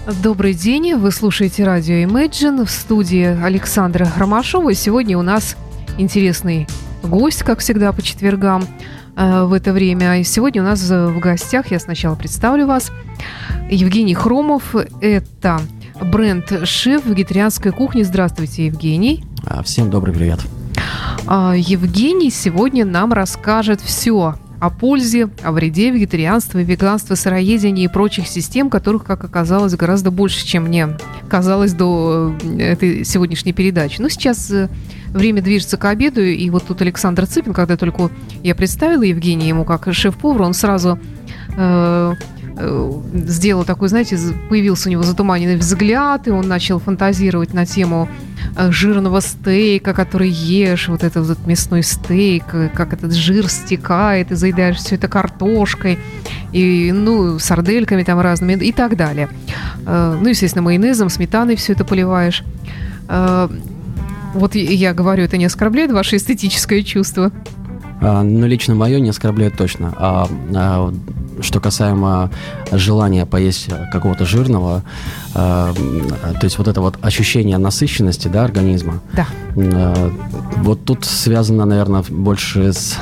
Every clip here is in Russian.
Добрый день, вы слушаете радио Imagine, в студии Александра Ромашова. Сегодня у нас интересный гость, как всегда, по четвергам в это время. И сегодня у нас в гостях, я сначала представлю вас, Евгений Хромов. Это бренд-шеф вегетарианской кухни. Здравствуйте, Евгений. Всем добрый привет. Евгений сегодня нам расскажет все о пользе, о вреде вегетарианства, веганства, сыроедения и прочих систем, которых, как оказалось, гораздо больше, чем мне казалось до этой сегодняшней передачи. Но сейчас время движется к обеду, и вот тут Александр Цыпин, когда только я представила Евгения ему как шеф-повар, он сразу сделал такой, знаете, появился у него затуманенный взгляд, и он начал фантазировать на тему жирного стейка, который ешь, вот этот вот мясной стейк, как этот жир стекает, и заедаешь все это картошкой, и, сардельками там разными, и так далее. Естественно, майонезом, сметаной все это поливаешь. Вот я говорю, это не оскорбляет ваше эстетическое чувство? Лично мое не оскорбляет точно. Что касаемо желания поесть какого-то жирного, то есть вот это вот ощущение насыщенности, да, организма, да. Вот тут связано, наверное, больше с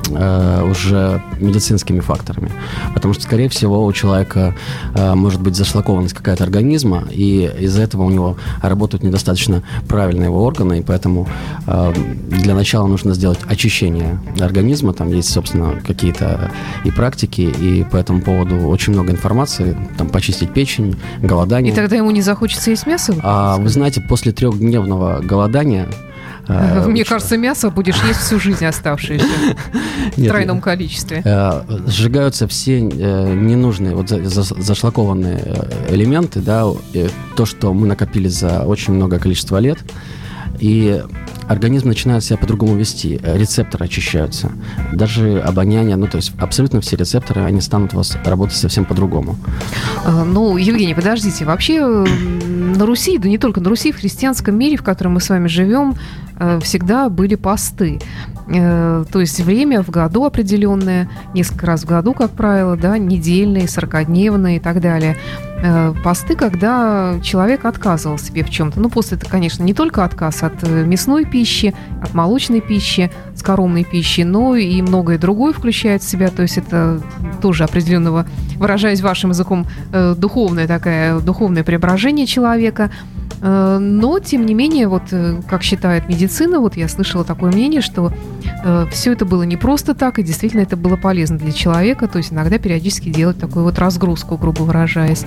уже медицинскими факторами. Потому что, скорее всего, у человека может быть зашлакованность какая-то организма, и из-за этого у него работают недостаточно правильно его органы, и поэтому для начала нужно сделать очищение организма. Там есть, собственно, какие-то и практики, и по этому поводу очень много информации. Там почистить печень, голодание. И тогда ему не захочется есть мясо? Вы знаете, после 3-дневного голодания мне кажется, мясо будешь есть всю жизнь оставшееся в тройном количестве. Сжигаются все ненужные, зашлакованные элементы, да, то, что мы накопили за очень многое количество лет, и организм начинает себя по-другому вести, рецепторы очищаются, даже обоняние, то есть абсолютно все рецепторы, они станут у вас работать совсем по-другому. Евгений, подождите, вообще на Руси, да не только на Руси, в христианском мире, в котором мы с вами живем, всегда были посты. То есть время в году определенное, несколько раз в году, как правило, да, недельные, 40-дневные и так далее. Посты, когда человек отказывал себе в чем-то. После это, конечно, не только отказ от мясной пищи, от молочной пищи, скоромной пищи, но и многое другое включает в себя. То есть это тоже определенного, выражаясь вашим языком, духовное преображение человека. Но, тем не менее, как считает медицина, я слышала такое мнение, что все это было не просто так, и действительно это было полезно для человека, то есть иногда периодически делать такую разгрузку, грубо выражаясь.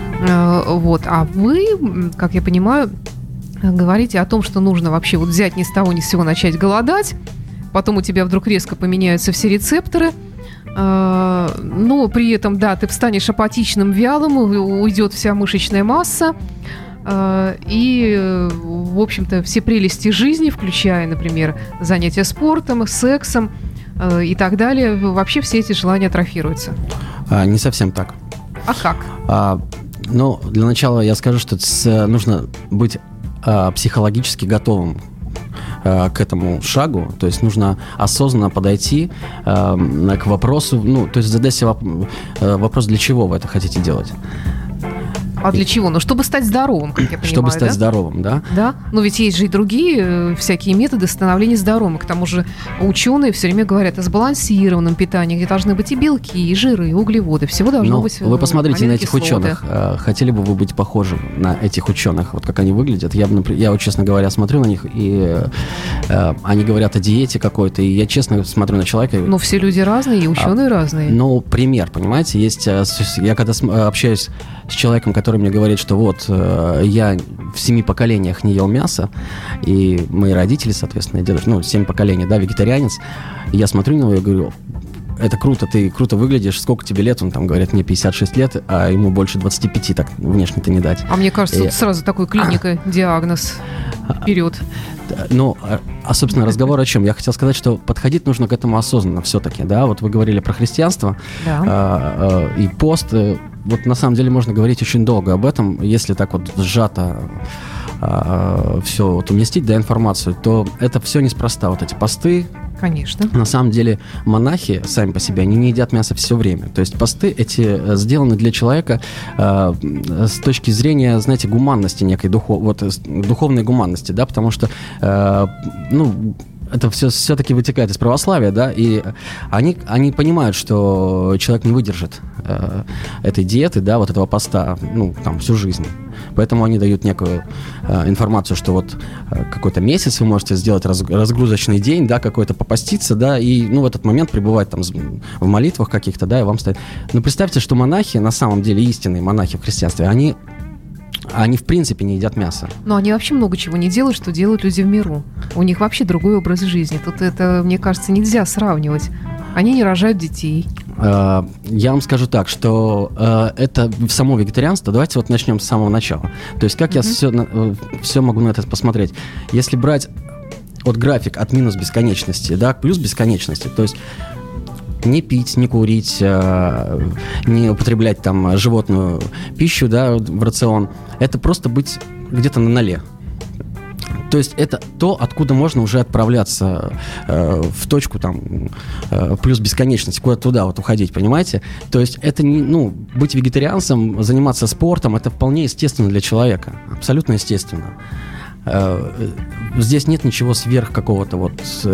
А вы, как я понимаю, говорите о том, что нужно вообще взять ни с того ни с сего начать голодать, потом у тебя вдруг резко поменяются все рецепторы, но при этом, да, ты станешь апатичным, вялым, уйдет вся мышечная масса, и, в общем-то, все прелести жизни, включая, например, занятия спортом, сексом и так далее, вообще все эти желания атрофируются. Не совсем так. А как? Для начала я скажу, что нужно быть психологически готовым к этому шагу, то есть нужно осознанно подойти к вопросу, то есть задать себе вопрос, для чего вы это хотите делать. А для чего? Чтобы стать здоровым, как я понимаю, чтобы стать здоровым, да? Да, но ведь есть же и другие всякие методы становления здоровым. К тому же ученые все время говорят о сбалансированном питании, где должны быть и белки, и жиры, и углеводы. Всего должно быть. Вы посмотрите на этих ученых. Хотели бы вы быть похожи на этих ученых? Как они выглядят? Я честно говоря, смотрю на них, и они говорят о диете какой-то, и я честно смотрю на человека. Но все люди разные, и ученые разные. Пример, понимаете? Я когда общаюсь с человеком, который мне говорит, что я в 7 поколениях не ел мясо, и мои родители, соответственно, дедушка, 7 поколений, да, вегетарианец, и я смотрю на него и говорю: это круто, ты круто выглядишь, сколько тебе лет? Он там говорит, мне 56 лет, а ему больше 25, так внешне-то не дать. А мне кажется, тут сразу такой клиника, диагноз вперед. Собственно, разговор о чем? Я хотел сказать, что подходить нужно к этому осознанно все-таки, да, вы говорили про христианство, да. И пост, на самом деле можно говорить очень долго об этом, если так сжато все вот уместить, да, информацию, то это все неспроста. Вот эти посты. Конечно. На самом деле монахи сами по себе, они не едят мясо все время. То есть посты эти сделаны для человека с точки зрения, знаете, гуманности некой, духовной гуманности, да, потому что, это все-таки вытекает из православия, да, и они понимают, что человек не выдержит этой диеты, да, вот этого поста, всю жизнь. Поэтому они дают некую информацию, что вот какой-то месяц вы можете сделать разгрузочный день, да, какой-то попаститься, да, и, в этот момент пребывать там в молитвах каких-то, да, и вам стоит. Но представьте, что монахи, на самом деле истинные монахи в христианстве, они в принципе не едят мясо. Но они вообще много чего не делают, что делают люди в миру. У них вообще другой образ жизни. Тут это, мне кажется, нельзя сравнивать. Они не рожают детей. Я вам скажу так, что это само вегетарианство. Давайте вот начнем с самого начала. То есть как я все могу на это посмотреть. Если брать график от минус бесконечности, да, к плюс бесконечности, то есть не пить, не курить, не употреблять там животную пищу, да, в рацион. Это просто быть где-то на ноле. То есть это то, откуда можно уже отправляться в точку там плюс бесконечности, куда-то туда вот уходить, понимаете? То есть это не, быть вегетарианцем, заниматься спортом, это вполне естественно для человека, абсолютно естественно. Здесь нет ничего сверх какого-то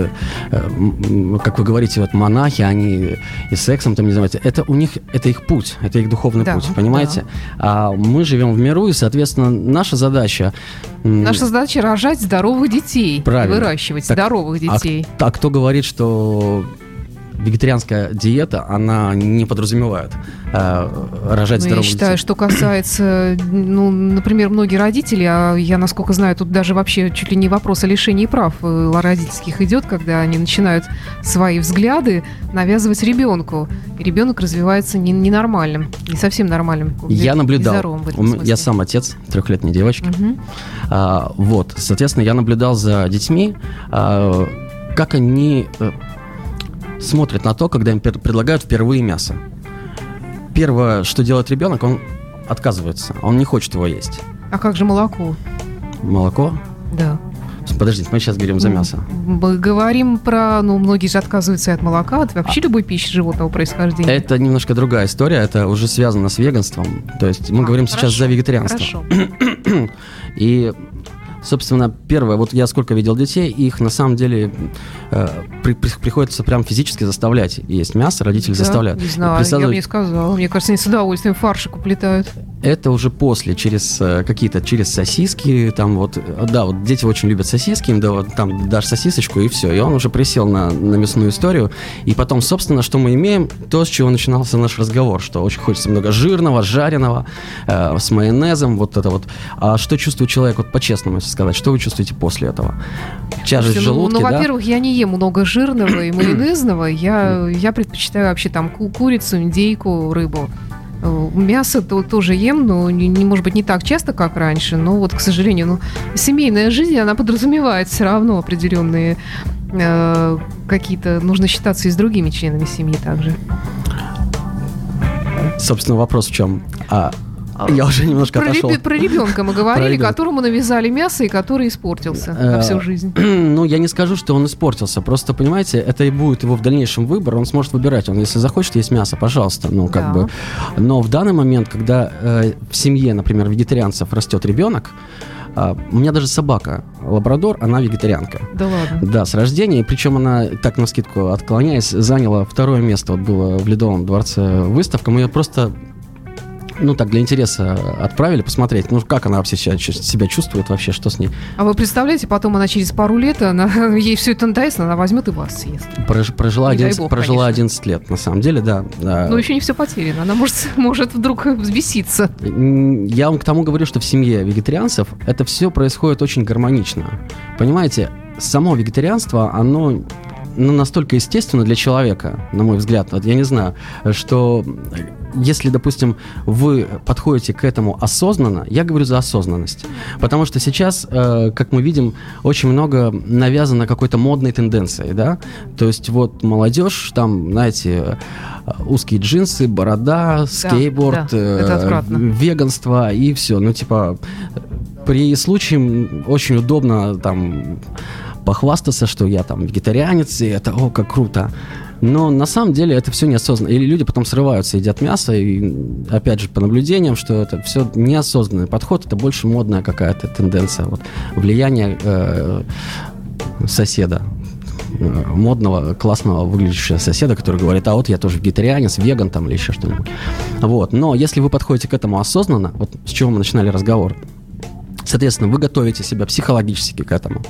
как вы говорите, монахи, они и сексом там не занимаются. Это у них, это их путь, это их духовный путь, понимаете? Да. А мы живем в миру, и, соответственно, наша задача рожать здоровых детей. Правильно. И выращивать здоровых детей. А кто говорит, что вегетарианская диета, она не подразумевает рожать здоровых детей. Я считаю, что касается, например, многие родители, а я, насколько знаю, тут даже вообще чуть ли не вопрос о лишении прав родительских идет, когда они начинают свои взгляды навязывать ребенку. И ребенок развивается ненормальным, не совсем нормальным. Я наблюдал. Нездоровым в этом смысле. Я сам отец 3-летней девочки. Угу. Соответственно, я наблюдал за детьми, как они смотрят на то, когда им предлагают впервые мясо. Первое, что делает ребенок, он отказывается, он не хочет его есть. А как же молоко? Молоко? Да. Подождите, мы сейчас говорим за мясо. Мы говорим про, многие же отказываются и от молока, от вообще любой пищи животного происхождения. Это немножко другая история, это уже связано с веганством. То есть мы говорим сейчас за вегетарианство. Хорошо. И собственно, первое, я сколько видел детей, их на самом деле приходится прям физически заставлять есть мясо, родители заставляют. Не знаю, я бы не сказала. Мне кажется, они с удовольствием фаршик уплетают. Это уже после, через сосиски, дети очень любят сосиски, им там дашь сосисочку и все, и он уже присел на мясную историю, и потом, собственно, что мы имеем, то, с чего начинался наш разговор, что очень хочется много жирного, жареного, с майонезом, А что чувствует человек, по-честному, если сказать, что вы чувствуете после этого? Тяжесть в желудке, да? Во-первых, я не ем много жирного и майонезного, я предпочитаю вообще там курицу, индейку, рыбу. Мясо тоже ем, но может быть не так часто, как раньше, но к сожалению, семейная жизнь, она подразумевает все равно определенные какие-то, нужно считаться и с другими членами семьи также. Собственно, вопрос в чем? Я уже немножко отошел. Про ребенка мы говорили, которому навязали мясо и который испортился на всю жизнь. Я не скажу, что он испортился. Просто, понимаете, это и будет его в дальнейшем выбор. Он сможет выбирать. Он, если захочет есть мясо, пожалуйста. Но в данный момент, когда в семье, например, вегетарианцев растет ребенок, у меня даже собака, лабрадор, она вегетарианка. Да ладно? Да, с рождения. Причем она, так навскидку отклоняясь, заняла 2-е место. Было в Ледовом дворце выставка. Мы ее просто... так для интереса отправили посмотреть, как она вообще себя чувствует вообще, что с ней. А вы представляете, потом она через пару лет, ей все это надоест, она возьмет и вас съест. Прожила 11 лет, на самом деле, да. Но еще не все потеряно, она может вдруг взбеситься. Я вам к тому говорю, что в семье вегетарианцев это все происходит очень гармонично. Понимаете, само вегетарианство, оно... настолько естественно для человека, на мой взгляд. Я не знаю, что если, допустим, вы подходите к этому осознанно, я говорю за осознанность, потому что сейчас, как мы видим, очень много навязано какой-то модной тенденцией, да, то есть молодежь, там, знаете, узкие джинсы, борода, скейтборд, веганство и все, при случае очень удобно там похвастаться, что я там вегетарианец, и это, как круто. Но на самом деле это все неосознанно. Или люди потом срываются, едят мясо, и опять же по наблюдениям, что это все неосознанный подход, это больше модная какая-то тенденция, вот, влияние соседа, модного, классного выглядящего соседа, который говорит, а вот я тоже вегетарианец, веган там или еще что-нибудь. Вот. Но если вы подходите к этому осознанно, вот с чего мы начинали разговор, соответственно, вы готовите себя психологически к этому.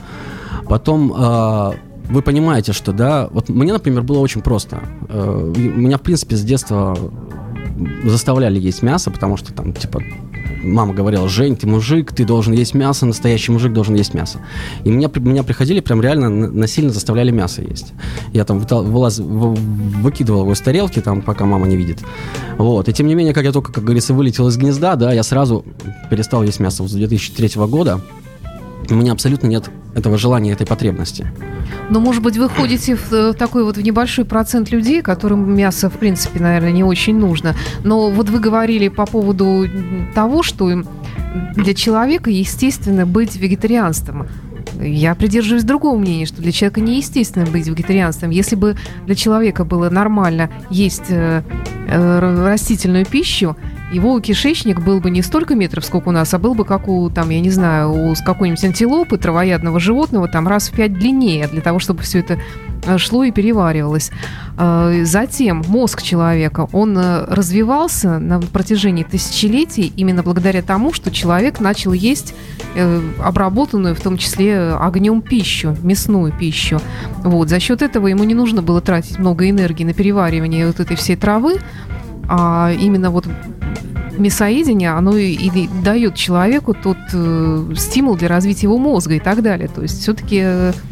Потом вы понимаете, что, да, вот мне, например, было очень просто. Меня, в принципе, с детства заставляли есть мясо, потому что там, типа, мама говорила: Жень, ты мужик, ты должен есть мясо, настоящий мужик должен есть мясо. И меня приходили, прям реально насильно заставляли мясо есть. Я там выкидывал его из тарелки, там, пока мама не видит. Вот. И тем не менее, как я только, как говорится, вылетел из гнезда, да, я сразу перестал есть мясо. Вот с 2003 года у меня абсолютно нет этого желания, этой потребности. Но, может быть, вы входите в такой вот в небольшой процент людей, которым мясо, в принципе, наверное, не очень нужно. Но вот вы говорили по поводу того, что для человека естественно быть вегетарианством. Я придерживаюсь другого мнения, что для человека неестественно быть вегетарианством. Если бы для человека было нормально есть растительную пищу, его кишечник был бы не столько метров, сколько у нас, а был бы как у, там, я не знаю, у какой-нибудь антилопы, травоядного животного, там раз в 5 длиннее, для того, чтобы все это шло и переваривалось. Затем мозг человека, он развивался на протяжении тысячелетий именно благодаря тому, что человек начал есть обработанную, в том числе огнем, пищу, мясную пищу. Вот. За счет этого ему не нужно было тратить много энергии на переваривание вот этой всей травы, а именно вот мясоедение, оно и дает человеку тот стимул для развития его мозга и так далее. То есть все-таки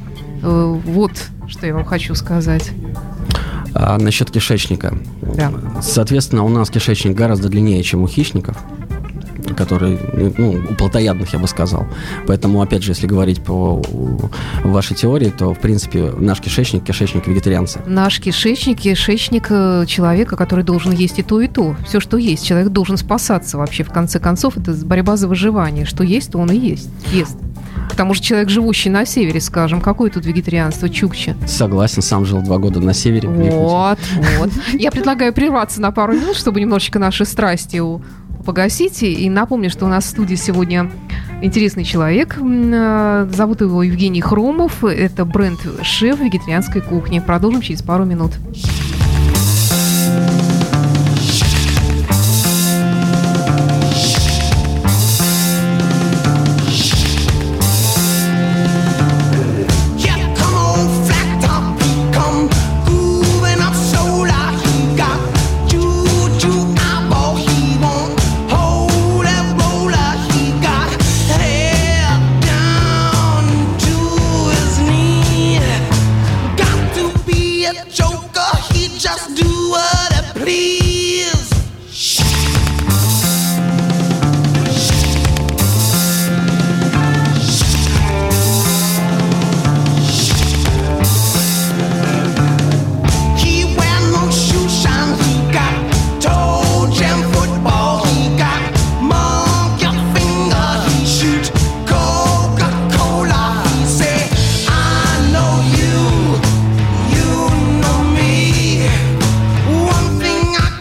вот что я вам хочу сказать. А насчет кишечника. Да. Соответственно, у нас кишечник гораздо длиннее, чем у хищников, которые, у плотоядных, я бы сказал. Поэтому, опять же, если говорить по вашей теории, то, в принципе, наш кишечник – кишечник вегетарианца. Наш кишечник – кишечник человека, который должен есть и то, и то. Все, что есть. Человек должен спасаться вообще, в конце концов. Это борьба за выживание. Что есть, то он и есть. Ест. К тому же человек, живущий на севере, скажем, какое тут вегетарианство, чукча? Согласен, сам жил 2 года на севере. Вот. Я предлагаю прерваться на пару минут, чтобы немножечко наши страсти погасить. И напомню, что у нас в студии сегодня интересный человек. Зовут его Евгений Хромов. Это бренд-шеф вегетарианской кухни. Продолжим через пару минут. One thing I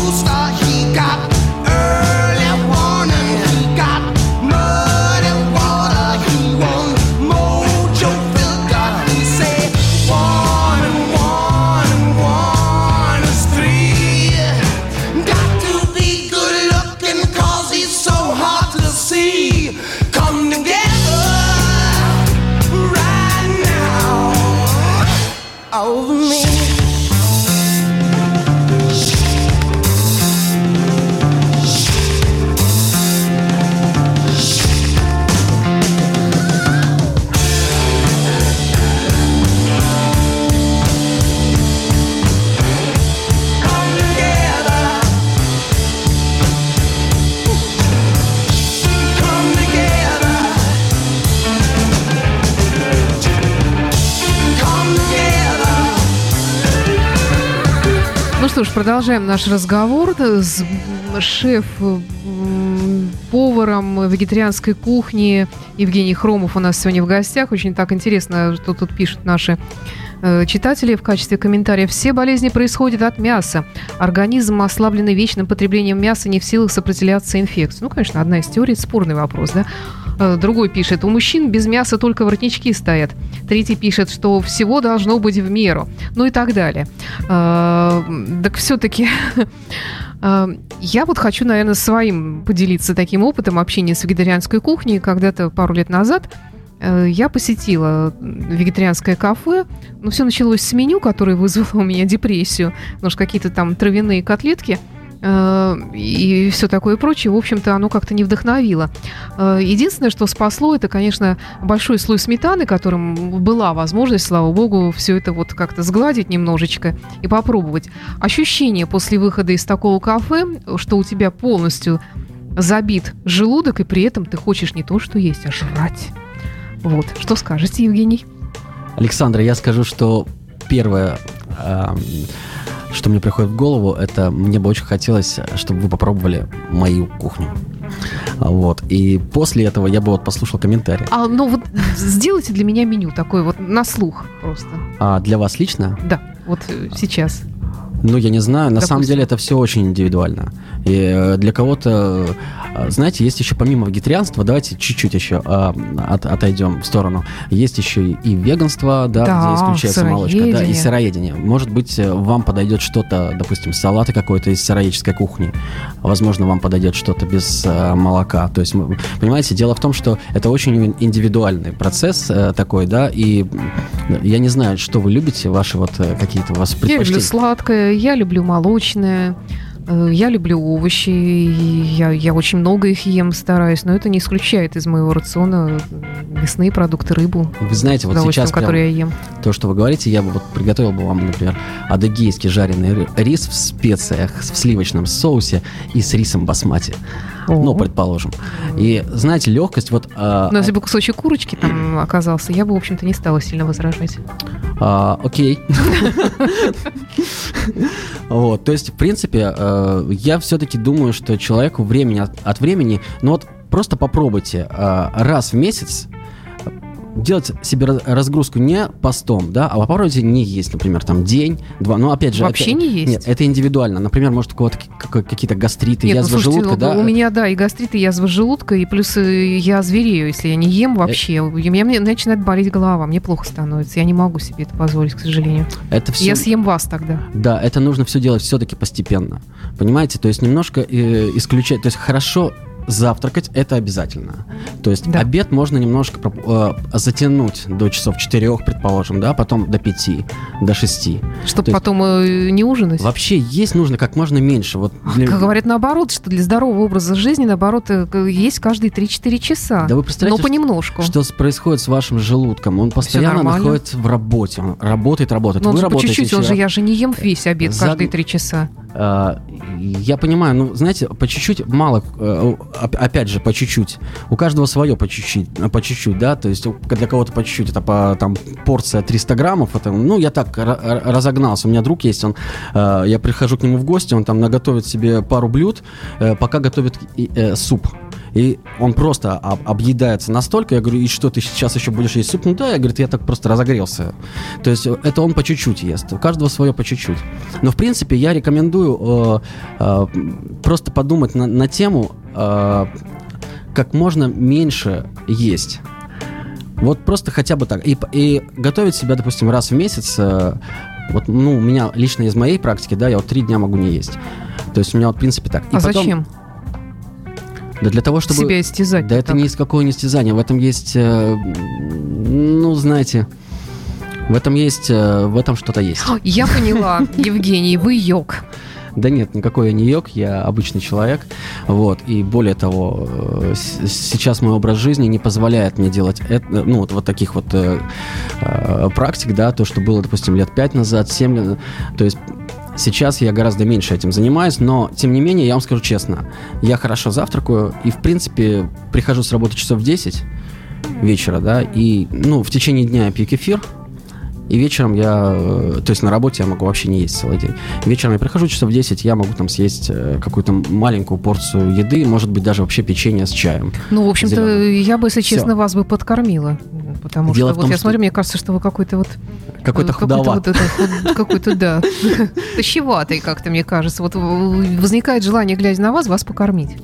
booster, he got early warning, he got muddy water, he won mojo filter. He said 1 and 1 and 1 is 3. Got to be good looking 'cause he's so hard to see. Come together right now over me. Ну что ж, продолжаем наш разговор с шеф-поваром вегетарианской кухни Евгений Хромов у нас сегодня в гостях. Очень так интересно, что тут пишут наши читатели в качестве комментариев. Все болезни происходят от мяса. Организм, ослабленный вечным потреблением мяса, не в силах сопротивляться инфекции. Ну, конечно, одна из теорий, спорный вопрос, да? Другой пишет, у мужчин без мяса только воротнички стоят. Третий пишет, что всего должно быть в меру. Ну и так далее. Так все-таки я вот хочу, наверное, своим поделиться таким опытом общения с вегетарианской кухней. Когда-то пару лет назад я посетила вегетарианское кафе. Но все началось с меню, которое вызвало у меня депрессию. Потому что какие-то там травяные котлетки и все такое прочее, в общем-то, оно как-то не вдохновило. Единственное, что спасло, это, конечно, большой слой сметаны, которым была возможность, слава богу, все это вот как-то сгладить немножечко и попробовать. Ощущение после выхода из такого кафе, что у тебя полностью забит желудок, и при этом ты хочешь не то, что есть, а жрать. Вот. Что скажете, Евгений? Александра, я скажу, что первое... что мне приходит в голову, это мне бы очень хотелось, чтобы вы попробовали мою кухню. Вот. И после этого я бы вот послушал комментарии. Ну вот сделайте для меня меню такое вот на слух просто. А для вас лично? Да, вот сейчас. Ну, я не знаю, на Допустим. самом деле это все очень индивидуально. И для кого-то, знаете, есть еще помимо вегетарианства, давайте чуть-чуть еще отойдем в сторону. Есть еще и веганство, да, где исключается молочка, да, и сыроедение. Может быть, вам подойдет что-то, допустим, салаты какой-то из сыроедческой кухни. Возможно, вам подойдет что-то без молока. То есть, понимаете, дело в том, что это очень индивидуальный процесс такой, да, и я не знаю, что вы любите, ваши вот какие-то у вас предпочтения. Я люблю сладкое, я люблю молочное, я люблю овощи, я очень много их ем, стараюсь, но это не исключает из моего рациона мясные продукты, рыбу. Вы знаете, вот сейчас который я ем. То, что вы говорите, я бы вот приготовил бы вам, например, адыгейский жареный рис в специях, в сливочном соусе и с рисом басмати. Ну, предположим. И, знаете, легкость вот... Но если бы кусочек курочки там оказался, я бы, в общем-то, не стала сильно возражать. Окей. Вот, то есть, в принципе, я все-таки думаю, что человеку времени от времени, ну вот просто попробуйте раз в месяц делать себе разгрузку не постом, да, а попробуйте не есть, например, там день-два. Ну, опять же... Вообще не есть? Нет, это индивидуально. Например, может, у кого-то какие-то гастриты, язвы желудка, да? У меня, да, и гастриты, и язва желудка, и плюс я зверею, если я не ем вообще. Мне начинает болеть голова, мне плохо становится. Я не могу себе это позволить, к сожалению. Это все... Я съем вас тогда. Да, это нужно все делать все-таки постепенно. Понимаете? То есть немножко исключать. То есть хорошо завтракать – это обязательно. То есть обед можно немножко затянуть до часов 4, предположим, да, потом до 5, до 6. Чтобы потом не ужинать? Вообще есть нужно как можно меньше. Вот говорят наоборот, что для здорового образа жизни, наоборот, есть каждые 3-4 часа. Да вы представляете, но понемножку. Что происходит с вашим желудком? Он постоянно находится в работе. Он работает. Но он же по чуть-чуть, я же не ем весь обед каждые 3 часа. Я понимаю, ну, знаете, по чуть-чуть мало, опять же, по чуть-чуть. У каждого свое по чуть-чуть, да, то есть для кого-то по чуть-чуть, это там порция 300 граммов, это, ну, я так разогнался, у меня друг есть, я прихожу к нему в гости, он там наготовит себе пару блюд, пока готовит суп. И он просто объедается настолько. Я говорю, и что, ты сейчас еще будешь есть суп? Ну да, я, говорит, я так просто разогрелся. То есть это он по чуть-чуть ест. У каждого свое по чуть-чуть. Но, в принципе, я рекомендую просто подумать на тему, как можно меньше есть. Вот просто хотя бы так. И готовить себя, допустим, раз в месяц. Вот, ну, у меня лично из моей практики, да, я вот 3 дня могу не есть. То есть у меня вот, в принципе, так. И А потом, зачем? да для того, чтобы... Себя истязать. Да это так. ни из какого не истязания. В этом есть, ну, знаете, в этом что-то есть. Я поняла, Евгений, вы йог. Да нет, никакой я не йог, я обычный человек. Вот. И более того, сейчас мой образ жизни не позволяет мне делать ну, вот таких вот практик, да, то, что было, допустим, лет 5 назад, 7 лет. То есть сейчас я гораздо меньше этим занимаюсь, но, тем не менее, я вам скажу честно, я хорошо завтракаю и, в принципе, прихожу с работы часов в 10 вечера, да, и, ну, в течение дня я пью кефир. И вечером то есть на работе я могу вообще не есть целый день. Вечером я прихожу часов в 10, я могу там съесть какую-то маленькую порцию еды, может быть, даже вообще печенье с чаем. Ну, в общем-то, зелёным. я бы, если честно, Всё. вас бы подкормила. Потому Дело что в вот том, я что- смотрю, мне кажется, что вы какой-то вот... Какой-то худоват. Какой-то, да, тощеватый как-то, мне кажется. Вот возникает желание, глядя на вас покормить.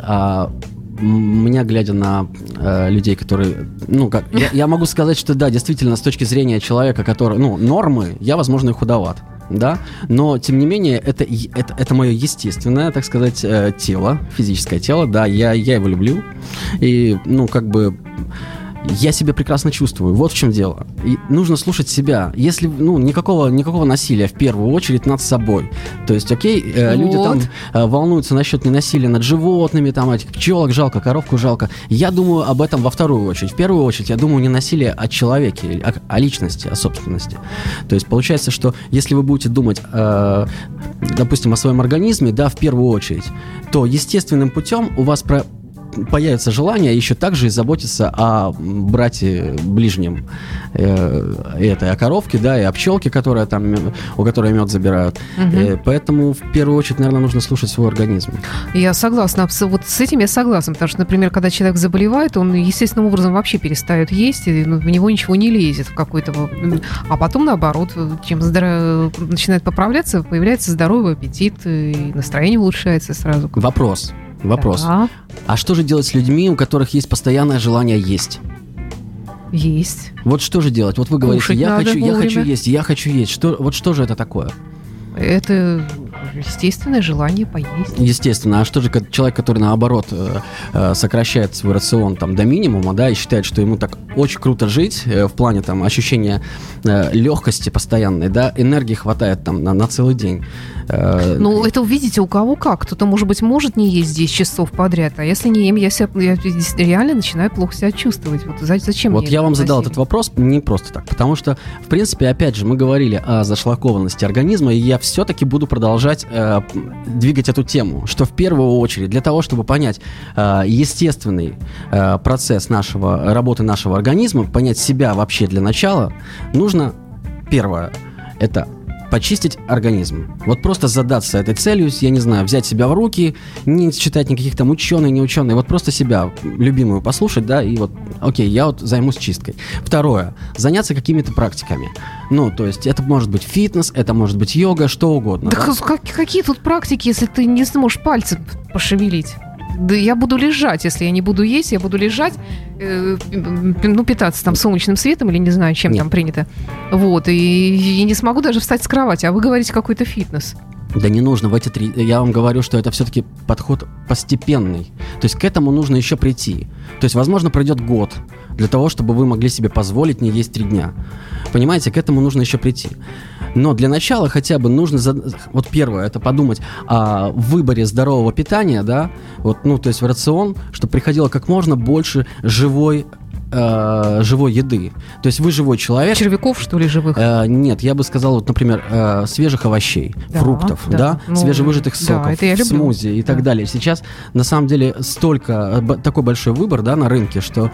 Меня, глядя на людей, которые... Ну, как, я могу сказать, что да, действительно, с точки зрения человека, который... Ну, нормы, я, возможно, и худоват. Да, но, тем не менее, это мое естественное, так сказать, тело, физическое тело, да, я его люблю, и, ну, как бы, я себя прекрасно чувствую, вот в чем дело. И нужно слушать себя, если, ну, никакого насилия в первую очередь над собой. То есть, окей, люди там волнуются насчет ненасилия над животными, там, этих пчелок жалко, коровку жалко. Я думаю об этом во вторую очередь. В первую очередь, я думаю не насилие о человеке, о личности, о собственности. То есть, получается, что если вы будете думать, допустим, о своем организме, да, в первую очередь, то естественным путем у вас появится желание еще также и заботиться о брате ближнем, о коровке, да, и о пчелке, у которой мед забирают. Поэтому в первую очередь, наверное, нужно слушать свой организм. Я согласна, вот с этим я согласна, потому что, например, когда человек заболевает, он естественным образом вообще перестает есть, и в него ничего не лезет в какой-то... А потом, наоборот, чем начинает поправляться, появляется здоровый аппетит, и настроение улучшается сразу. Вопрос. Да. А что же делать с людьми, у которых есть постоянное желание есть? Есть. Вот что же делать? Вот вы говорите, Кушать я надо хочу вовремя. я хочу есть. Что же это такое? Это естественное желание поесть. Естественно. А что же человек, который, наоборот, сокращает свой рацион там, до минимума, да, и считает, что ему так очень круто жить в плане там, ощущения легкости постоянной, да, энергии хватает там, на целый день. Ну, это увидите, у кого как. Кто-то, может не есть 10 часов подряд, а если не ем, я реально начинаю плохо себя чувствовать. Вот зачем Вот мне я вам это задал насилие? этот вопрос не просто так, потому что, в принципе, опять же, мы говорили о зашлакованности организма, и я все-таки буду продолжать двигать эту тему, что в первую очередь для того, чтобы понять естественный процесс работы нашего организма, понять себя вообще для начала, нужно, первое, это почистить организм. Вот просто задаться этой целью, я не знаю, взять себя в руки, не читать никаких там ученых, не ученых, вот просто себя любимую послушать, да, и вот, окей, я вот займусь чисткой. Второе, заняться какими-то практиками. Ну, то есть это может быть фитнес, это может быть йога, что угодно. Да да? какие тут практики, если ты не сможешь пальцы пошевелить? Да я буду лежать, если я не буду есть, я буду лежать, питаться там солнечным светом или не знаю, чем Нет. там принято. Вот, и не смогу даже встать с кровати, а вы говорите какой-то фитнес. Да не нужно в эти 3... Я вам говорю, что это все-таки подход постепенный. То есть к этому нужно еще прийти. То есть, возможно, пройдет год для того, чтобы вы могли себе позволить не есть 3 дня. Понимаете, к этому нужно еще прийти. Но для начала хотя бы нужно... Вот первое, это подумать о выборе здорового питания, да, вот, ну, то есть в рацион, чтобы приходило как можно больше живой живой еды. То есть вы живой человек. Червяков, что ли, живых? Нет, я бы сказал, вот, например, свежих овощей, Да, фруктов, да. да, Ну, свежевыжатых да, соков, это я люблю. смузи и так Да. далее. Сейчас, на самом деле, такой большой выбор, да, на рынке, что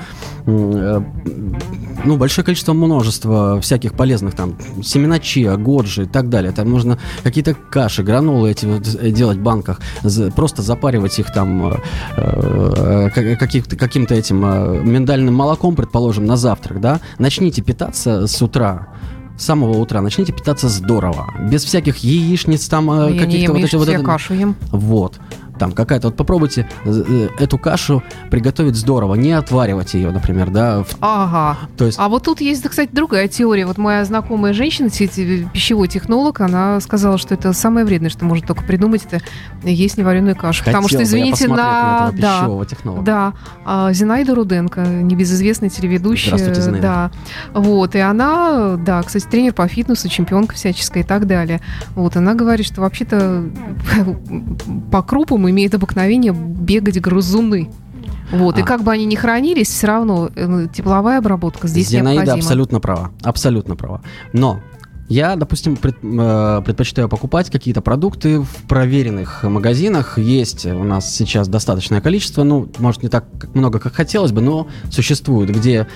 большое количество, множество всяких полезных там семена чиа, годжи и так далее. Там нужно какие-то каши, гранолы эти вот делать в банках, просто запаривать их там каким-то этим миндальным молоком, предположим, на завтрак, да. Начните питаться с утра. С самого утра начните питаться здорово, без всяких яичниц, там Я не каких-то ем вот яичниц, этих вот я это- кашу ем. Вот. Там какая-то, вот попробуйте эту кашу приготовить здорово, не отваривать ее, например, да. Ага. То есть А вот тут есть, кстати, другая теория. Вот моя знакомая женщина, пищевой технолог, она сказала, что это самое вредное, что можно только придумать, это есть невареную кашу. Потому что, хотел бы я извините, посмотреть на этого да, пищевого технолога. да, Зинаида Руденко, небезызвестная телеведущая. Здравствуйте, Зинаида. Да. Вот, и она, да, кстати, тренер по фитнесу, чемпионка всяческая и так далее. Вот, она говорит, что вообще-то по крупам имеет обыкновение бегать грызуны. Вот, и как бы они ни хранились, все равно тепловая обработка здесь Зинаида необходима. абсолютно права. Абсолютно права. Но я, допустим, предпочитаю покупать какие-то продукты в проверенных магазинах. Есть у нас сейчас достаточное количество, ну, может, не так много, как хотелось бы, но существует, где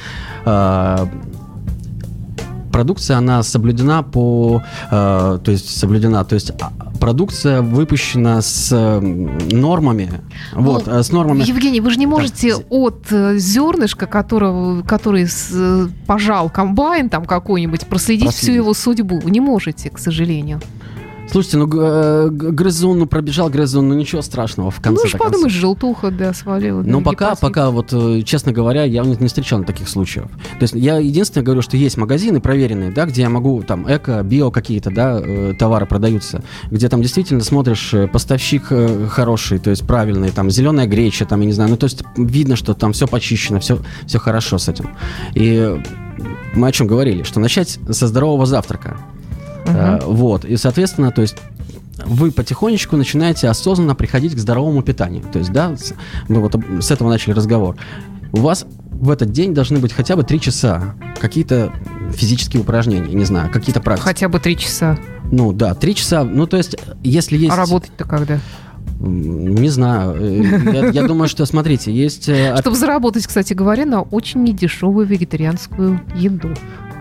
продукция, она соблюдена то есть продукция выпущена с нормами. Ну, с нормами. Евгений, вы же не можете Так. от зернышка, который пожал комбайн там какой-нибудь, проследить всю его судьбу. Не можете, к сожалению. Слушайте, грызун, пробежал грызун, ничего страшного в конце. Ну, уж подумаешь, желтуха, да, свалила. Ну, пока, вот, честно говоря, я не встречал таких случаев. То есть я единственное говорю, что есть магазины проверенные, да, где я могу, там, эко, био какие-то, да, товары продаются, где там действительно смотришь, поставщик хороший, то есть правильный, там, зеленая греча, там, я не знаю, ну, то есть видно, что там все почищено, все хорошо с этим. И мы о чем говорили, что начать со здорового завтрака. Вот, и, соответственно, то есть вы потихонечку начинаете осознанно приходить к здоровому питанию. То есть, да, мы вот с этого начали разговор. У вас в этот день должны быть хотя бы 3 часа какие-то физические упражнения, не знаю, какие-то практики. Хотя бы 3 часа. Ну, да, 3 часа, ну, то есть, если есть... А работать-то когда? Не знаю. Я думаю, что, смотрите, есть... Чтобы заработать, кстати говоря, на очень недешевую вегетарианскую еду.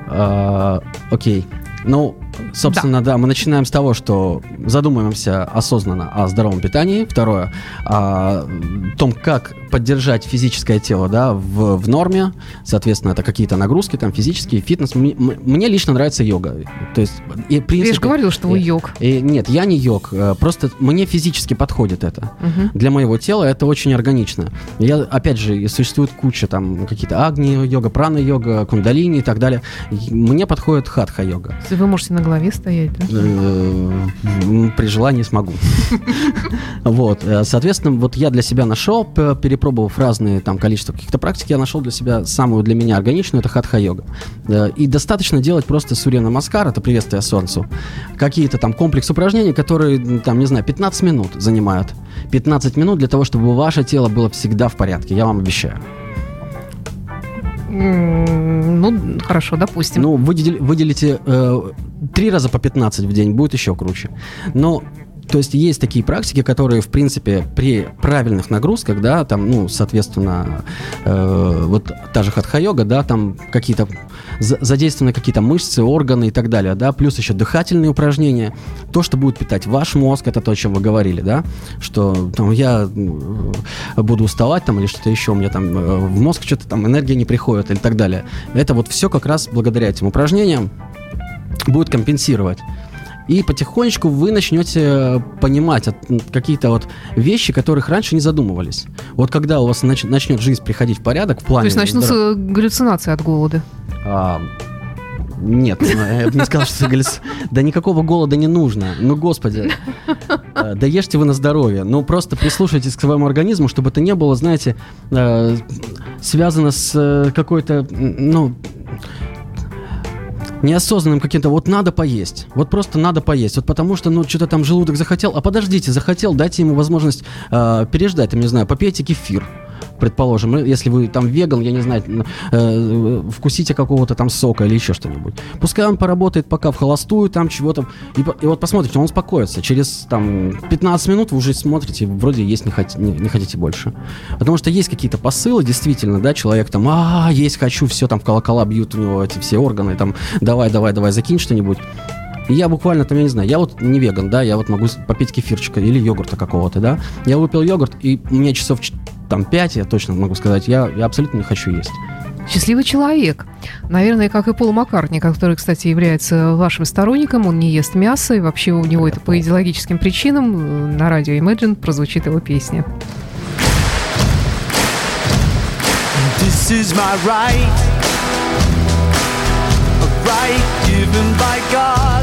Окей. Ну, собственно, да, мы начинаем с того, что задумываемся осознанно о здоровом питании. Второе, о том, как поддержать физическое тело, да, в норме. Соответственно, это какие-то нагрузки, там, физические, фитнес. Мне лично нравится йога. То есть, и, в принципе, Я же говорила, что вы йог. Нет, я не йог. Просто мне физически подходит это. Для моего тела это очень органично. Опять же, существует куча, там, какие-то агни-йога, прана-йога, кундалини и так далее. Мне подходит хатха-йога. Вы можете на голове стоять, да? При желании смогу. Вот, соответственно, вот я для себя нашел, перепробовав разные там количество каких-то практик, я нашел для себя самую для меня органичную, это хатха-йога. И достаточно делать просто сурья-намаскар, это приветствие солнцу, какие-то там комплекс упражнений, которые, там, не знаю, 15 минут занимают. 15 минут для того, чтобы ваше тело было всегда в порядке, я вам обещаю. Ну, хорошо, допустим. Ну, выделите 3 раза по 15 в день, будет еще круче. Но, то есть, есть такие практики, которые, в принципе, при правильных нагрузках, да, там, ну, соответственно, вот та же хатха-йога, да, там какие-то задействованы какие-то мышцы, органы и так далее, да, плюс еще дыхательные упражнения, то, что будет питать ваш мозг, это то, о чем вы говорили, да, что там я буду уставать там или что-то еще, у меня там в мозг что-то там энергия не приходит или так далее. Это вот все как раз благодаря этим упражнениям будет компенсировать. И потихонечку вы начнете понимать какие-то вот вещи, которых раньше не задумывались. Вот когда у вас начнет жизнь приходить в порядок в плане... То есть начнутся галлюцинации от голода? Нет, я бы не сказал, что да никакого голода не нужно. Ну, господи, да ешьте вы на здоровье. Ну, просто прислушайтесь к своему организму, чтобы это не было, знаете, связано с какой-то, ну... неосознанным каким-то, вот надо поесть, вот просто надо поесть, вот потому что, ну, что-то там желудок захотел, а подождите, захотел, дайте ему возможность переждать, там, не знаю, попейте кефир, предположим, если вы там веган, я не знаю, вкусите какого-то там сока или еще что-нибудь. Пускай он поработает пока в холостую, там чего-то, и вот посмотрите, он успокоится. Через там 15 минут вы уже смотрите, вроде есть не хотите больше. Потому что есть какие-то посылы, действительно, да, человек там, есть хочу, все, там в колокола бьют у него эти все органы, там, давай, закинь что-нибудь. И я буквально, там, я не знаю, я вот не веган, да, я вот могу попить кефирчика или йогурта какого-то, да. Я выпил йогурт, и мне часов там 5, я точно могу сказать, я абсолютно не хочу есть. Счастливый человек. Наверное, как и Пол Маккартни, который, кстати, является вашим сторонником. Он не ест мясо, и вообще у него это по идеологическим причинам. На радио Imagine прозвучит его песня. This is my right, a right given by God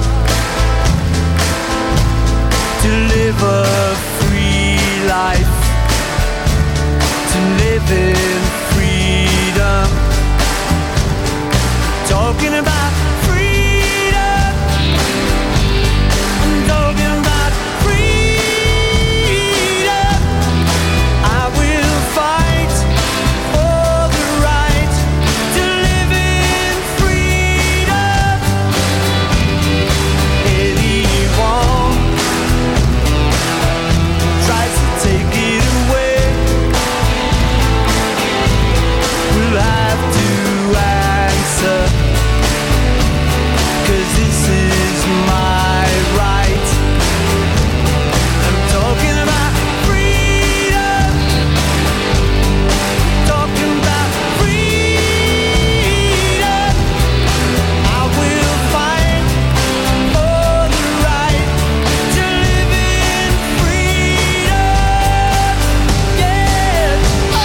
to live a free life, to live in freedom. Talking about freedom, I'm talking about freedom. I will fight for the right to live in freedom. Anyone tries to take it away will have to answer. 'Cause this is my right. I'm talking about freedom. Talking about freedom. I will fight for the right to live in freedom. Yeah.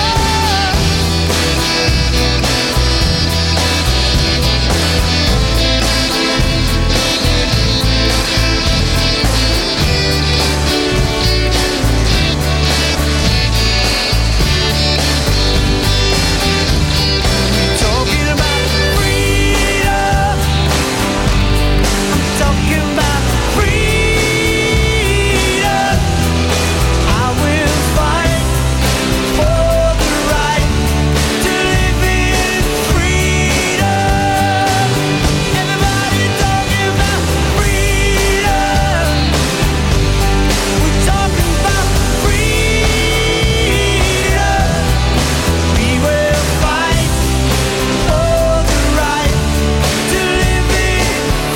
Talking about freedom. I'm talking about freedom. I will fight for the right to live in freedom. Everybody talking about freedom. We're talking about freedom. We will fight for the right to live in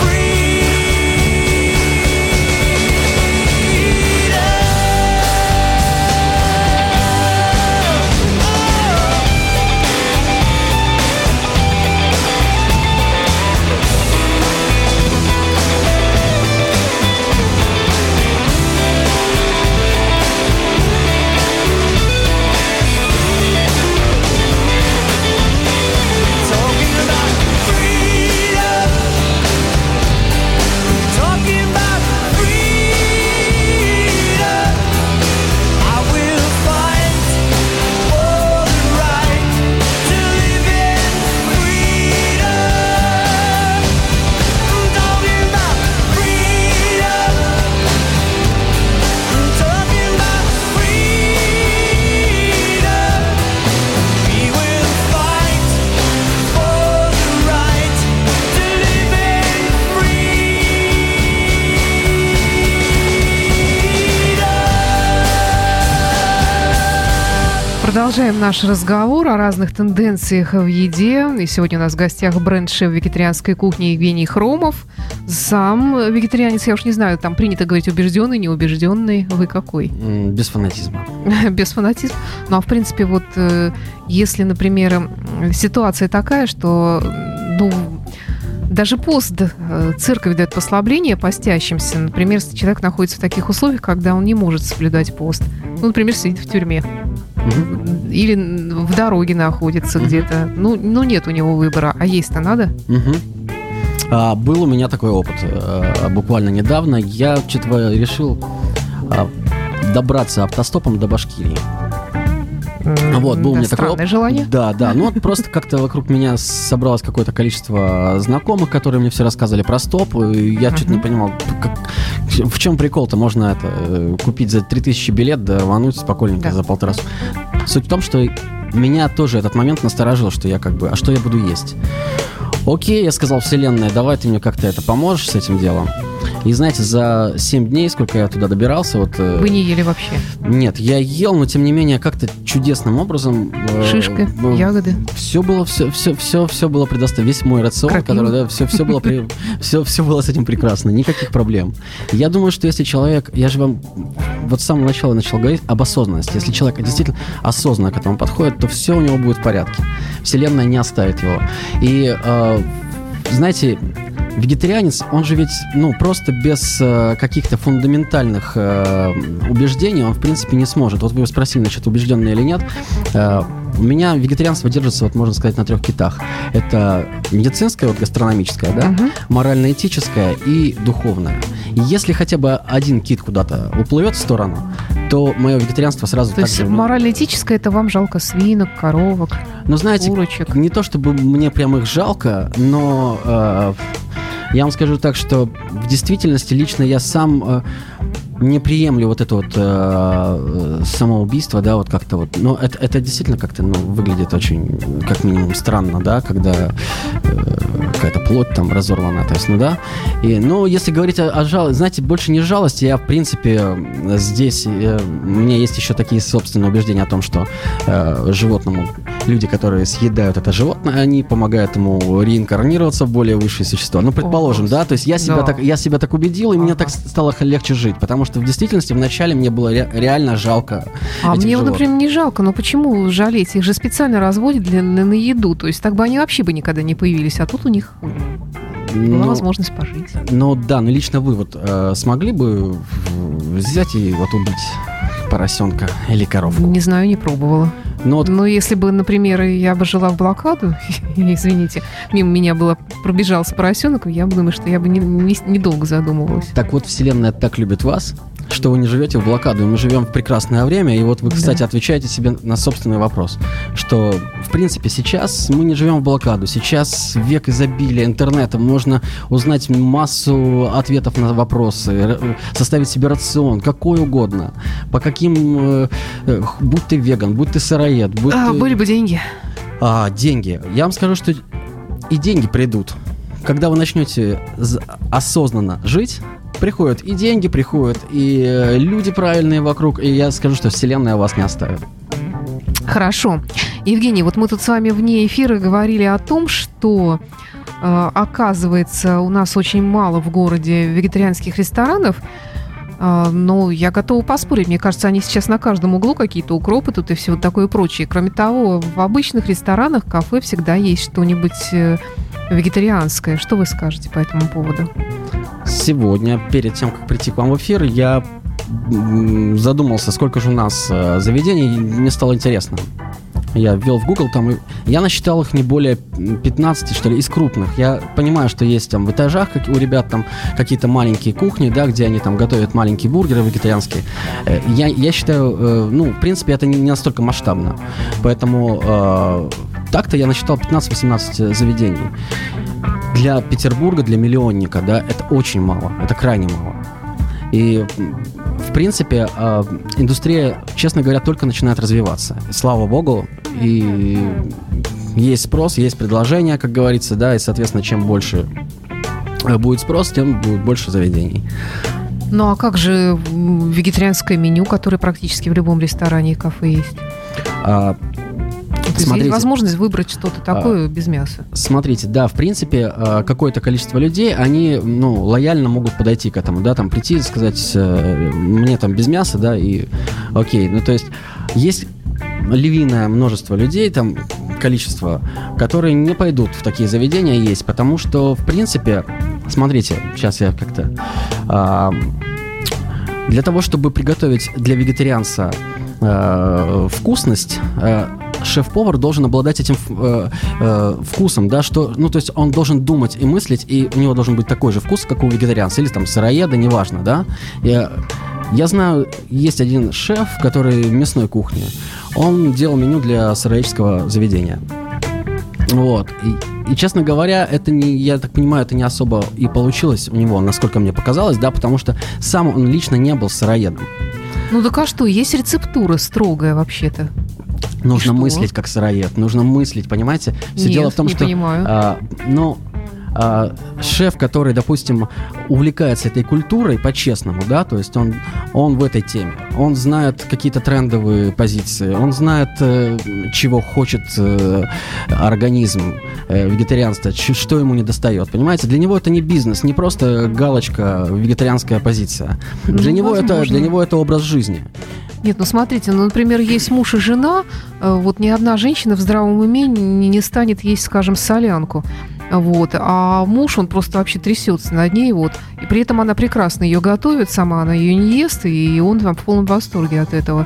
talking about freedom. Talking about freedom. I will fight for the right to live in freedom. I'm talking about freedom. I'm talking about freedom. We will fight for the right to live in freedom. Продолжаем наш разговор о разных тенденциях в еде. И сегодня у нас в гостях бренд-шеф вегетарианской кухни Евгений Хромов. Сам вегетарианец, я уж не знаю, там принято говорить убежденный, неубежденный. Вы какой? Без фанатизма. Без фанатизма. Ну, а в принципе, вот если, например, ситуация такая, что, даже пост, церковь дает послабление постящимся. Например, если человек находится в таких условиях, когда он не может соблюдать пост. Ну, например, сидит в тюрьме. Или в дороге находится где-то. Ну, нет у него выбора. А есть-то надо? Был у меня такой опыт буквально недавно. Я что-то решил добраться автостопом до Башкирии. Вот, был у меня такое странное желание. Да. Ну вот просто как-то вокруг меня собралось какое-то количество знакомых, которые мне все рассказывали про стоп. И я что-то не понимал, в чем прикол-то. Можно купить за 3000 билет, да рвануть спокойненько за 1,5. Суть в том, что меня тоже этот момент настораживал, что я как бы, а что я буду есть? Окей, я сказал, вселенная, давай ты мне как-то это поможешь с этим делом. И знаете, за 7 дней, сколько я туда добирался, вот... Вы не ели вообще? Нет, я ел, но тем не менее как-то чудесным образом... Шишка, ягоды? Все было предоставлено. Весь мой рацион, Крапива. который, да, все было с этим прекрасно, никаких проблем. Я думаю, что если человек... Я же вам вот с самого начала начал говорить об осознанности. Если человек действительно осознанно к этому подходит, то все у него будет в порядке. Вселенная не оставит его. И, знаете... Вегетарианец, он же ведь, просто без каких-то фундаментальных убеждений он, в принципе, не сможет. Вот вы спросили, насчет убежденный или нет. У меня вегетарианство держится, вот можно сказать, на 3 китах. Это медицинское, вот гастрономическое, да, морально-этическое и духовное. И если хотя бы один кит куда-то уплывет в сторону, то мое вегетарианство сразу то так есть же... морально-этическое — это вам жалко свинок, коровок, знаете, курочек? Не то чтобы мне прям их жалко, но... Я вам скажу так, что в действительности лично я сам не приемлю вот это вот самоубийство, да, вот как-то вот. Но это действительно как-то, выглядит очень, как минимум, странно, да, когда какая-то плоть там разорвана, то есть, да. И, если говорить о жалости, знаете, больше не жалости, я, в принципе, здесь, у меня есть еще такие собственные убеждения о том, что животному, люди, которые съедают это животное, они помогают ему реинкарнироваться в более высшие существа. Предположим, да, то есть я себя так убедил, и мне так стало легче жить, потому что в действительности вначале мне было реально жалко А этих мне, животных. например, не жалко, но почему жалеть? Их же специально разводят на еду, то есть так бы они вообще бы никогда не появились, а тут у них была возможность пожить. Лично вы вот смогли бы взять и вот убить поросенка или коровку? Не знаю, не пробовала. Но если бы, например, я бы жила в блокаду, извините, мимо меня пробежал с поросенком, я бы думаю, что я бы недолго задумывалась. Так вот, Вселенная так любит вас, что вы не живете в блокаду, и мы живем в прекрасное время, и вот вы, кстати, отвечаете себе на собственный вопрос, что, в принципе, сейчас мы не живем в блокаду, сейчас век изобилия интернета, можно узнать массу ответов на вопросы, составить себе рацион, какой угодно, по каким, будь ты веган, будь ты сыроед, будь ты... Были бы деньги. Деньги. Я вам скажу, что и деньги придут. Когда вы начнете осознанно жить, приходят и деньги, приходят и люди правильные вокруг, и я скажу, что Вселенная вас не оставит. Хорошо. Евгений, вот мы тут с вами вне эфира говорили о том, что, оказывается, у нас очень мало в городе вегетарианских ресторанов, но я готова поспорить. Мне кажется, они сейчас на каждом углу какие-то укропы тут и все вот такое прочее. Кроме того, в обычных ресторанах, кафе всегда есть что-нибудь вегетарианское. Что вы скажете по этому поводу? Сегодня, перед тем, как прийти к вам в эфир, я задумался, сколько же у нас заведений, и мне стало интересно. Я ввел в Google, там, я насчитал их не более 15, что ли, из крупных. Я понимаю, что есть там в этажах, как у ребят там какие-то маленькие кухни, да, где они там готовят маленькие бургеры вегетарианские. Я считаю, в принципе, это не настолько масштабно. Поэтому так-то я насчитал 15-18 заведений. Для Петербурга, для миллионника, да, это очень мало, это крайне мало. И, в принципе, индустрия, честно говоря, только начинает развиваться. Слава богу, и есть спрос, есть предложение, как говорится, да, и, соответственно, чем больше будет спрос, тем будет больше заведений. Ну, а как же вегетарианское меню, которое практически в любом ресторане и кафе есть? То есть есть возможность выбрать что-то такое без мяса. Смотрите, да, в принципе, какое-то количество людей, они, лояльно могут подойти к этому, да, там, прийти и сказать, мне там без мяса, да, и окей. То есть львиное множество людей, там, количество, которые не пойдут в такие заведения есть, потому что, в принципе, смотрите, сейчас я как-то... Для того, чтобы приготовить для вегетарианца вкусность, шеф-повар должен обладать этим вкусом, да, что, то есть он должен думать и мыслить, и у него должен быть такой же вкус, как у вегетарианца, или там сыроеда, неважно, да. Я знаю, есть один шеф, который в мясной кухне, он делал меню для сыроедческого заведения. Вот. И, честно говоря, это не, я так понимаю, это не особо и получилось у него, насколько мне показалось, да, потому что сам он лично не был сыроедом. Ну так а что, есть рецептура строгая вообще-то? Нужно что? мыслить как сыроед, нужно мыслить, понимаете? Все Нет, дело в том, не что понимаю. шеф, который, допустим, увлекается этой культурой по-честному, да, то есть он в этой теме, он знает какие-то трендовые позиции, он знает, чего хочет организм вегетарианства, что ему не достает, понимаете? Для него это не бизнес, не просто галочка вегетарианская позиция. Для него это образ жизни. Нет, ну смотрите, например, есть муж и жена, вот ни одна женщина в здравом уме не станет есть, скажем, солянку. Вот. А муж, он просто вообще трясется над ней, вот. И при этом она прекрасно ее готовит, сама она ее не ест, и он там в полном восторге от этого.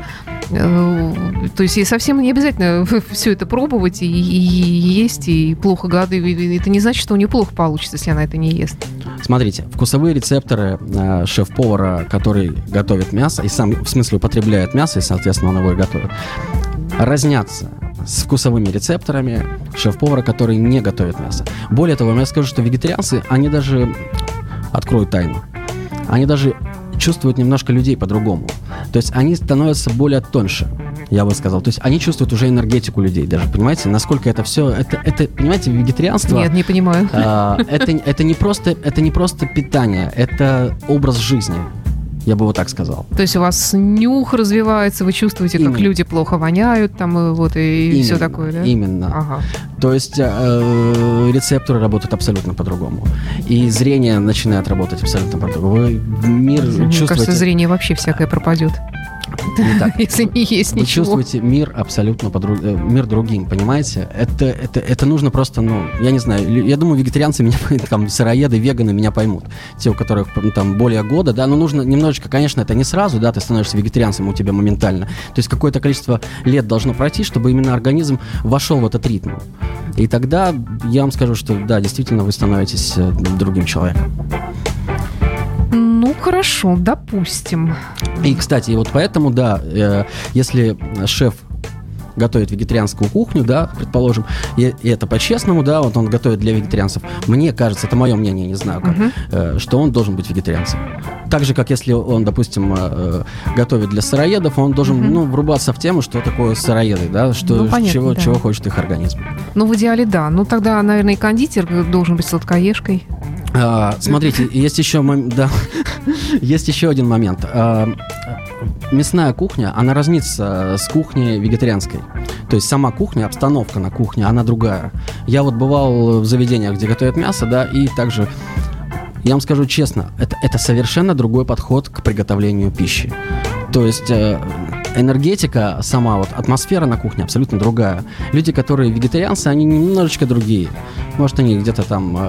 То есть ей совсем не обязательно все это пробовать и есть, и плохо готовить. Это не значит, что у нее плохо получится, если она это не ест. Смотрите, вкусовые рецепторы шеф-повара, который готовит мясо, и сам, в смысле, употребляет мясо, и, соответственно, он его и готовит, разнятся с вкусовыми рецепторами шеф-повара, который не готовит мясо. Более того, я скажу, что вегетарианцы, они даже, открою тайну, они даже чувствуют немножко людей по-другому. То есть они становятся более тоньше, я бы сказал. То есть они чувствуют уже энергетику людей даже, понимаете? Насколько это все... Это понимаете, вегетарианство... Нет, не понимаю. Это не просто питание, это образ жизни. Я бы вот так сказал. То есть у вас нюх развивается, вы чувствуете, как люди плохо воняют, там, и все такое, да? Именно. Ага. То есть рецепторы работают абсолютно по-другому. И зрение начинает работать абсолютно по-другому. Вы мир чувствуете... Мне кажется, зрение вообще всякое пропадет. Не так. Если не есть Вы ничего. чувствуете мир абсолютно мир другим, понимаете? Это нужно просто, я не знаю, я думаю, вегетарианцы меня, там, сыроеды, веганы меня поймут. Те, у которых там более года, да, но нужно немножечко, конечно, это не сразу, да, ты становишься вегетарианцем у тебя моментально. То есть какое-то количество лет должно пройти, чтобы именно организм вошел в этот ритм. И тогда я вам скажу, что да, действительно вы становитесь другим человеком. Ну, хорошо, допустим. И, кстати, вот поэтому, да, если шеф готовит вегетарианскую кухню, да, предположим, и это по-честному, да, вот он готовит для вегетарианцев, мне кажется, это мое мнение, не знаю как, что он должен быть вегетарианцем. Так же, как если он, допустим, готовит для сыроедов, он должен, врубаться в тему, что такое сыроеды, да, что, понятно, чего хочет их организм. Ну, в идеале, да. Ну, тогда, наверное, и кондитер должен быть сладкоежкой. Смотрите, есть еще один момент. Мясная кухня, она разнится с кухней вегетарианской. То есть сама кухня, обстановка на кухне, она другая. Я вот бывал в заведениях, где готовят мясо, да, и также, я вам скажу честно, это совершенно другой подход к приготовлению пищи. То есть энергетика, сама вот атмосфера на кухне абсолютно другая. Люди, которые вегетарианцы, они немножечко другие. Может, они где-то там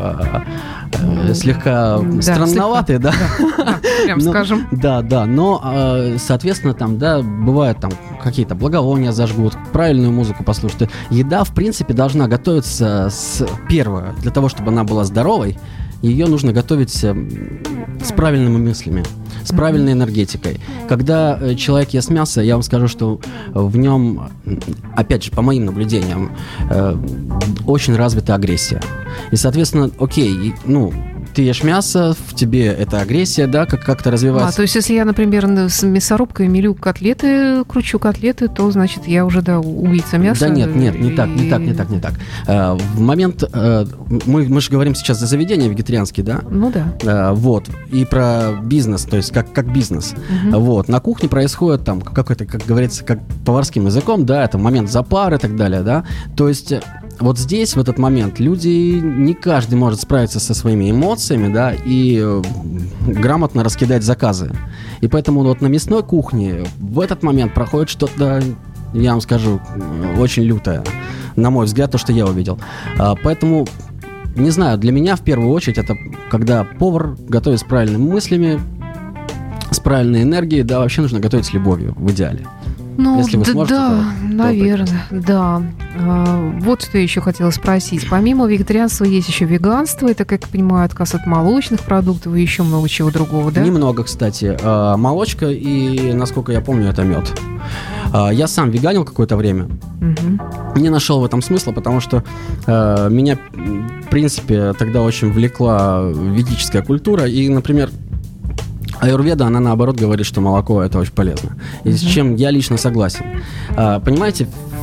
слегка странноватые, да? Прям скажем. Да, но, соответственно, там, да, бывают там какие-то благовония зажгут, правильную музыку послушают. Еда, в принципе, должна готовиться первое, для того, чтобы она была здоровой, ее нужно готовить с правильными мыслями, с правильной энергетикой. Когда человек ест мясо, я вам скажу, что в нем, опять же, по моим наблюдениям, очень развита агрессия. И, соответственно, окей, ты ешь мясо, в тебе эта агрессия, да, как-то развивается. То есть, если я, например, с мясорубкой мелю котлеты, кручу котлеты, то, значит, я уже, да, убийца мяса. Да нет, не так. В момент, мы же говорим сейчас за заведения вегетарианские, да? Ну да. Вот, и про бизнес, то есть как бизнес. Вот, на кухне происходит там какой-то, как говорится, как поварским языком, да, это момент запары и так далее, да. То есть вот здесь, в этот момент, люди, не каждый может справиться со своими эмоциями, да, и грамотно раскидать заказы. И поэтому вот на мясной кухне в этот момент проходит что-то, я вам скажу, очень лютое, на мой взгляд, то, что я увидел. Поэтому, не знаю, для меня в первую очередь это когда повар готовит с правильными мыслями, с правильной энергией, да, вообще нужно готовить с любовью, в идеале. Ну, если вы сможете, да, то наверное, да. Вот что я еще хотела спросить. Помимо вегетарианства есть еще веганство. Это, как я понимаю, отказ от молочных продуктов и еще много чего другого, да? Немного, кстати. Молочка и, насколько я помню, это мед. Я сам веганил какое-то время. Не нашел в этом смысла, потому что меня, в принципе, тогда очень влекла ведическая культура. И, например, аюрведа, она наоборот говорит, что молоко это очень полезно. И с чем я лично согласен. Понимаете,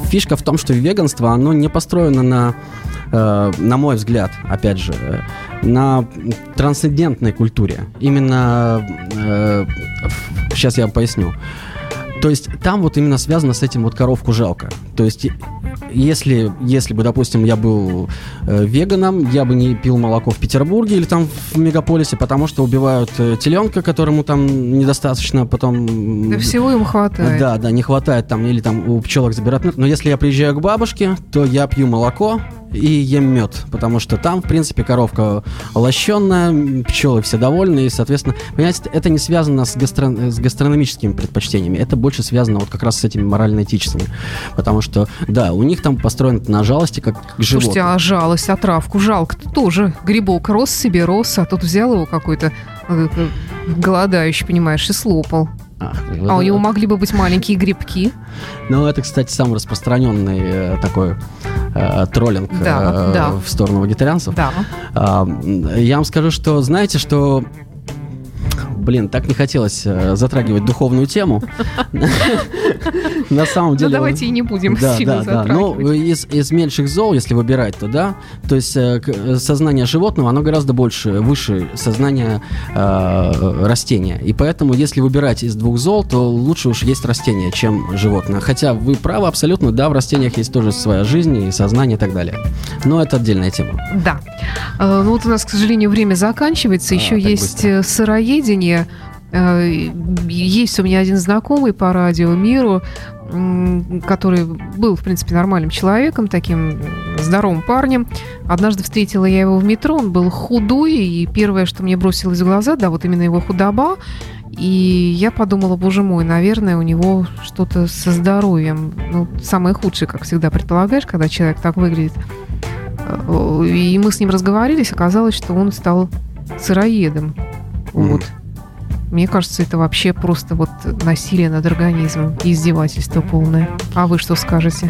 фишка в том, что веганство, оно не построено на мой взгляд, опять же, на трансцендентной культуре. Именно, сейчас я поясню. То есть там вот именно связано с этим вот коровку жалко. То есть если бы, допустим, я был веганом, я бы не пил молоко в Петербурге или там в мегаполисе, потому что убивают теленка, которому там недостаточно потом... Да всего ему хватает. Да, не хватает там, или там у пчелок забирают мед. Но если я приезжаю к бабушке, то я пью молоко и ем мед, потому что там, в принципе, коровка лощенная, пчелы все довольны, и, соответственно, понимаете, это не связано с гастрономическими предпочтениями, это больше связано вот как раз с этими морально-этическими, потому что, да, у них там построено на жалости, как животное. Слушайте, а жалость, а травку жалко-то тоже. Грибок рос себе, рос, а тут взял его какой-то голодающий, понимаешь, и слопал. А у него могли бы быть маленькие грибки. Ну, это, кстати, самый распространенный такой троллинг в сторону вегетарианцев. Да. Я вам скажу, что, знаете, что... Блин, так не хотелось затрагивать духовную тему. На самом деле... Ну, давайте и не будем сильно затрагивать. Ну, из меньших зол, если выбирать, то да. То есть сознание животного, оно гораздо выше сознания растения. И поэтому, если выбирать из двух зол, то лучше уж есть растение, чем животное. Хотя вы правы абсолютно, да, в растениях есть тоже своя жизнь и сознание и так далее. Но это отдельная тема. Да. Ну вот у нас, к сожалению, время заканчивается. Еще есть сыроедение. Есть у меня один знакомый по радио «Миру», который был, в принципе, нормальным человеком, таким здоровым парнем. Однажды встретила я его в метро, он был худой, и первое, что мне бросилось в глаза, да, вот именно его худоба. И я подумала, боже мой, наверное, у него что-то со здоровьем. Ну, самое худшее, как всегда предполагаешь, когда человек так выглядит. И мы с ним разговорились, оказалось, что он стал сыроедом. Вот. Мне кажется, это вообще просто вот насилие над организмом и издевательство полное. А вы что скажете?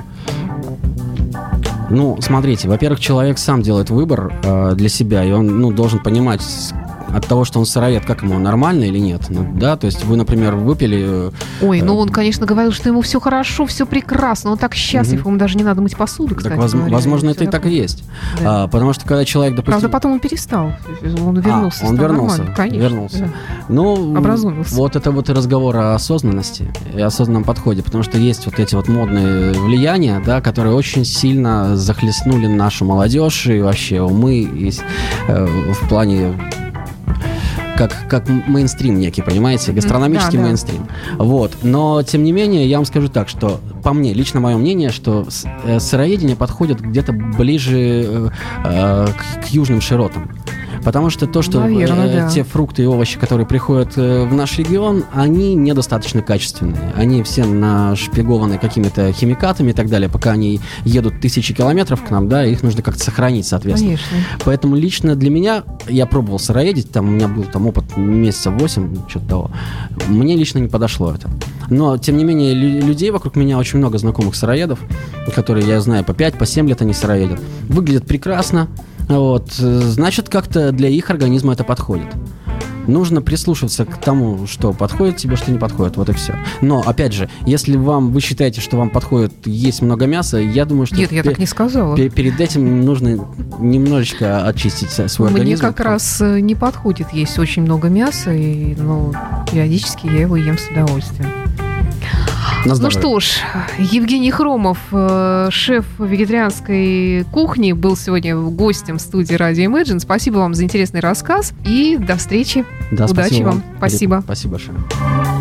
Ну, смотрите, во-первых, человек сам делает выбор для себя, и он должен понимать от того, что он сыроед, как ему, нормально или нет. Ну, да, то есть вы, например, выпили... Ой, ну он, конечно, говорил, что ему все хорошо, все прекрасно, он так счастлив, ему даже не надо мыть посуду, кстати. Так, возможно, это и так и есть. Да. Потому что когда человек, допустим... Правда, потом он перестал, он вернулся. Он вернулся, конечно. Вернулся. Да. Ну, образумился. Вот это вот и разговор о осознанности и осознанном подходе, потому что есть вот эти вот модные влияния, да, которые очень сильно захлестнули нашу молодежь и вообще умы в плане... Как мейнстрим некий, понимаете? Гастрономический мейнстрим. Вот. Но, тем не менее, я вам скажу так, что по мне, лично мое мнение, что сыроедение подходит где-то ближе к южным широтам. Потому что то, что те фрукты и овощи, которые приходят в наш регион, они недостаточно качественные. Они все нашпигованы какими-то химикатами и так далее. Пока они едут 1000 километров к нам, да, их нужно как-то сохранить, соответственно. Конечно. Поэтому лично для меня, я пробовал сыроедить, там у меня был там опыт месяца 8, что-то того. Мне лично не подошло это. Но, тем не менее, людей вокруг меня очень много знакомых сыроедов, которые, я знаю, по 5, по 7 лет они сыроедят. Выглядят прекрасно. Вот, значит, как-то для их организма это подходит. Нужно прислушиваться к тому, что подходит тебе, что не подходит, вот и все. Но, опять же, если вы считаете, что вам подходит есть много мяса, я думаю, что... Нет, я так не сказала. Перед этим нужно немножечко очистить свой организм. Мне как раз не подходит есть очень много мяса, и периодически я его ем с удовольствием. Ну что ж, Евгений Хромов, шеф вегетарианской кухни, был сегодня гостем студии Radio Imagine. Спасибо вам за интересный рассказ и до встречи. Да, удачи вам. Спасибо. Спасибо большое.